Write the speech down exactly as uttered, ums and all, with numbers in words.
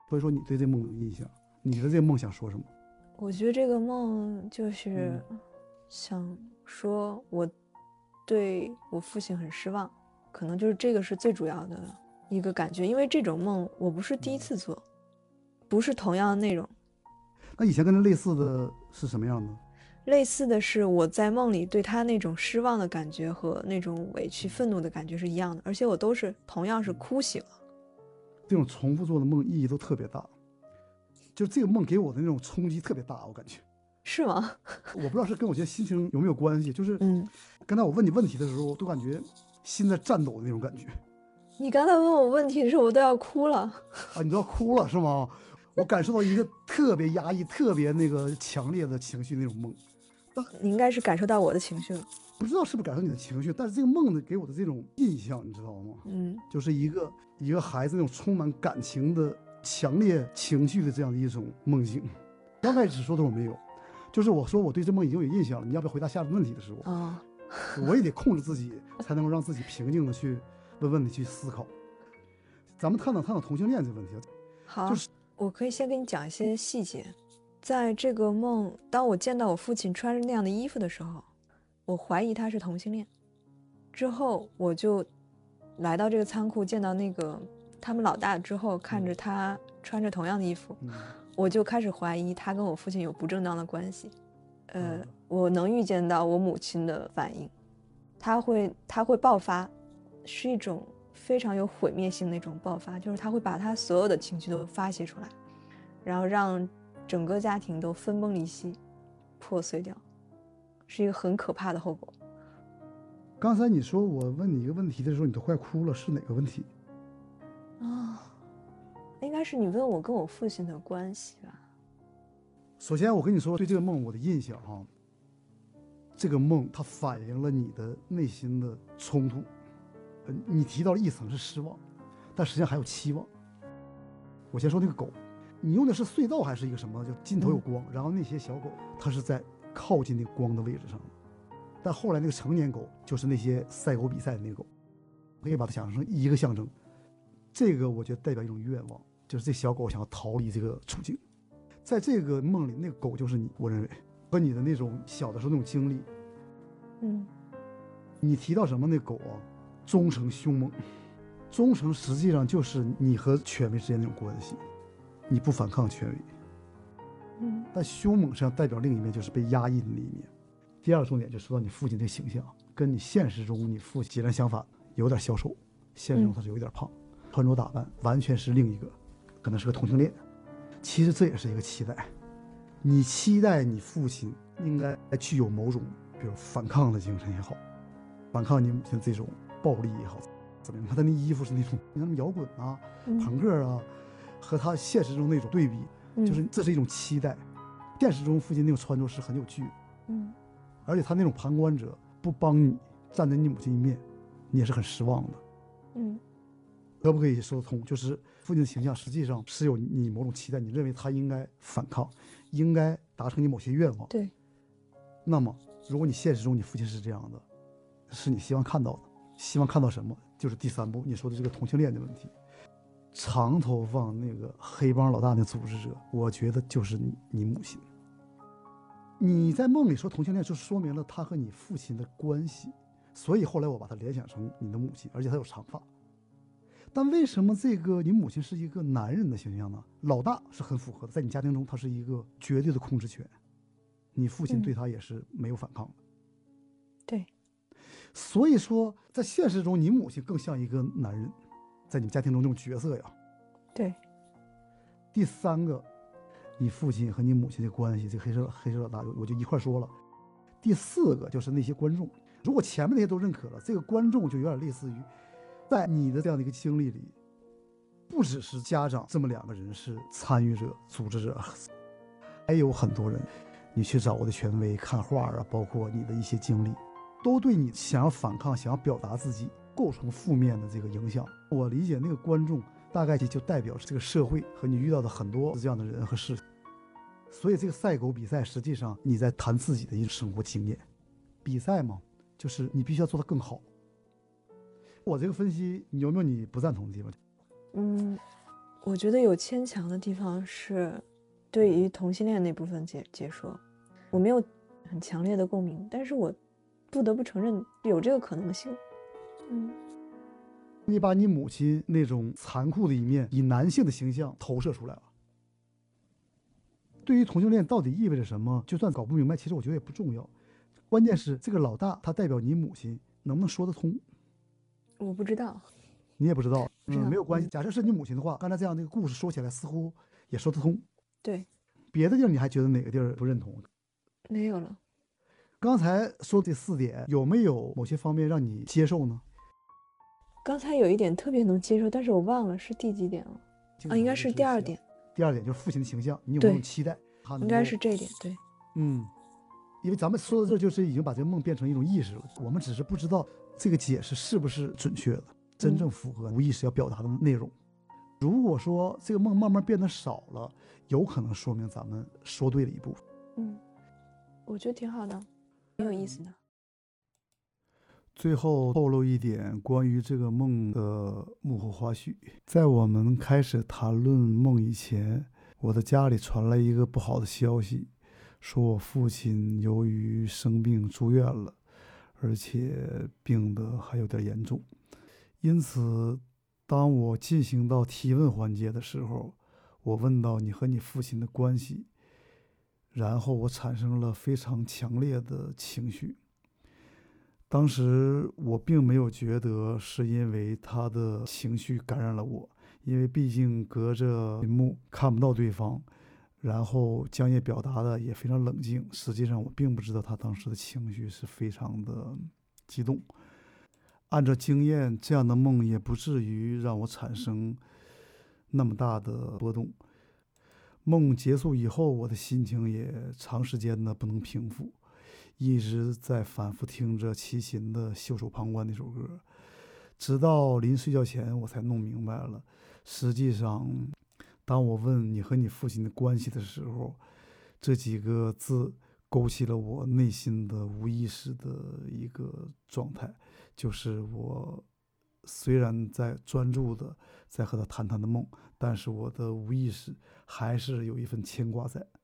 所以说你对这梦有印象，你觉得这个梦想说什么？ 我觉得这个梦就是想说我对我父亲很失望，可能就是这个是最主要的一个感觉，因为这种梦我不是第一次做，不是同样的内容。 那以前跟他类似的是什么样的？ 类似的是我在梦里对他那种失望的感觉和那种委屈愤怒的感觉是一样的，而且我都是同样是哭醒了。 这种重复做的梦意义都特别大，就这个梦给我的那种冲击特别大，我感觉。 是吗？ 我不知道是跟我现在心情有没有关系，就是嗯， 刚才我问你问题的时候，我都感觉心在颤抖的那种感觉。 你刚才问我问题的时候，我都要哭了。 啊，你都要哭了是吗？我感受到一个特别压抑、特别那个强烈的情绪那种梦。 你应该是感受到我的情绪了。 不知道是不是感受你的情绪，但是这个梦呢给我的这种印象，你知道吗？ 嗯， 就是一个一个孩子那种充满感情的、强烈情绪的这样的一种梦境。刚开始说的我没有，就是我说我对这梦已经有印象了，你要不要回答下一个问题的时候， 哦， 我也得控制自己，才能够让自己平静的去问问题、去思考。咱们探讨探讨同性恋这个问题。 好， 就是我可以先给你讲一些细节。在这个梦，当我见到我父亲穿着那样的衣服的时候，我怀疑他是同性恋。之后我就来到这个仓库，见到那个他们老大之后，看着他穿着同样的衣服， 嗯， 我就开始怀疑他跟我父亲有不正当的关系。呃， 嗯我能预见到我母亲的反应，他会他会爆发，是一种非常有毁灭性的一种爆发，就是他会把他所有的情绪都发泄出来，然后让整个家庭都分崩离析，破碎掉，是一个很可怕的后果。 刚才你说我问你一个问题的时候，你都快哭了，是哪个问题？ 啊、哦，应该是你问我跟我父亲的关系吧。 首先我跟你说对这个梦我的印象哈，这个梦它反映了你的内心的冲突。呃，你提到了一层是失望，但实际上还有期望。我先说那个狗，你用的是隧道还是一个什么？就尽头有光，嗯、然后那些小狗它是在靠近那个光的位置上的。但后来那个成年狗就是那些赛狗比赛的那个狗，可以把它想象成一个象征。这个我觉得代表一种愿望，就是这小狗想要逃离这个处境。在这个梦里，那个狗就是你，我认为和你的那种小的时候那种经历。 嗯， 你提到什么？那狗啊，忠诚凶猛。忠诚实际上就是你和权威之间那种关系，你不反抗权威。 嗯， 但凶猛实际上代表另一面，就是被压抑的那一面。第二个重点就说到你父亲这形象，跟你现实中你父亲截然相反，有点消瘦，现实中他是有点胖，嗯、穿着打扮完全是另一个，可能是个同性恋。其实这也是一个期待，你期待你父亲应该具有某种，比如反抗的精神也好，反抗你母亲这种暴力也好，怎么样？他那衣服是那种你看摇滚啊、朋克啊，和他现实中那种对比， 嗯、 就是这是一种期待。现实中父亲那种穿着是很有趣的， 嗯， 而且他那种旁观者不帮你站在你母亲一面，你也是很失望的。 嗯， 可不可以说得通？就是父亲的形象实际上是有你某种期待，你认为他应该反抗，应该达成你某些愿望。 对。 那么，如果你现实中你父亲是这样的，是你希望看到的，希望看到什么？就是第三步你说的这个同性恋的问题。长头发那个黑帮老大的组织者，我觉得就是你你母亲。你在梦里说同性恋，就说明了他和你父亲的关系，所以后来我把它联想成你的母亲，而且他有长发。但为什么这个你母亲是一个男人的形象呢？老大是很符合的，在你家庭中他是一个绝对的控制权，你父亲对他也是没有反抗的。 嗯、对， 所以说在现实中你母亲更像一个男人，在你们家庭中这种角色呀。 对。 第三个，你父亲和你母亲的关系，这个黑社黑社老大我就一块说了。第四个就是那些观众，如果前面那些都认可了，这个观众就有点类似于在你的这样的一个经历里，不只是家长这么两个人是参与者、组织者，还有很多人，你去找我的权威看画啊，包括你的一些经历，都对你想要反抗、想要表达自己构成负面的这个影响。我理解那个观众大概就代表这个社会和你遇到的很多这样的人和事情。所以这个赛狗比赛实际上你在谈自己的一种生活经验。比赛嘛，就是你必须要做得更好。我这个分析，你有没有你不赞同的地方？ 嗯， 我觉得有牵强的地方是对于同性恋那部分解解说，我没有很强烈的共鸣，但是我不得不承认有这个可能性。嗯， 你把你母亲那种残酷的一面以男性的形象投射出来了。对于同性恋到底意味着什么，就算搞不明白，其实我觉得也不重要。关键是这个老大他代表你母亲能不能说得通。 我不知道， 你也不知道， 不知道嗯，没有关系。 嗯假设是你母亲的话，刚才这样的一个故事说起来似乎也说得通。 对， 别的地儿你还觉得哪个地儿不认同？ 没有了。 刚才说这四点有没有某些方面让你接受呢？ 刚才有一点特别能接受，但是我忘了是第几点了啊，应该是第二点。 第二点就是父亲的形象，你有没有对期待他能够？ 应该是这一点。对， 嗯，因为咱们说到这儿就是已经把这个梦变成一种意识了，我们只是不知道这个解释是不是准确的，真正符合无意识要表达的内容。如果说这个梦慢慢变得少了，有可能说明咱们说对了一部分。 嗯，我觉得挺好的，挺有意思的。 最后透露一点关于这个梦的幕后花絮，在我们开始谈论梦以前，我的家里传来一个不好的消息，说我父亲由于生病住院了，而且病得还有点严重。因此当我进行到提问环节的时候，我问到你和你父亲的关系，然后我产生了非常强烈的情绪。当时我并没有觉得是因为他的情绪感染了我，因为毕竟隔着屏幕看不到对方，然后江夜表达的也非常冷静，实际上我并不知道他当时的情绪是非常的激动。按照经验，这样的梦也不至于让我产生那么大的波动。梦结束以后，我的心情也长时间的不能平复，一直在反复听着齐秦的《袖手旁观》那首歌，直到临睡觉前我才弄明白了，实际上当我问你和你父亲的关系的时候，这几个字勾起了我内心的无意识的一个状态，就是我虽然在专注的在和他谈谈的梦，但是我的无意识还是有一份牵挂在。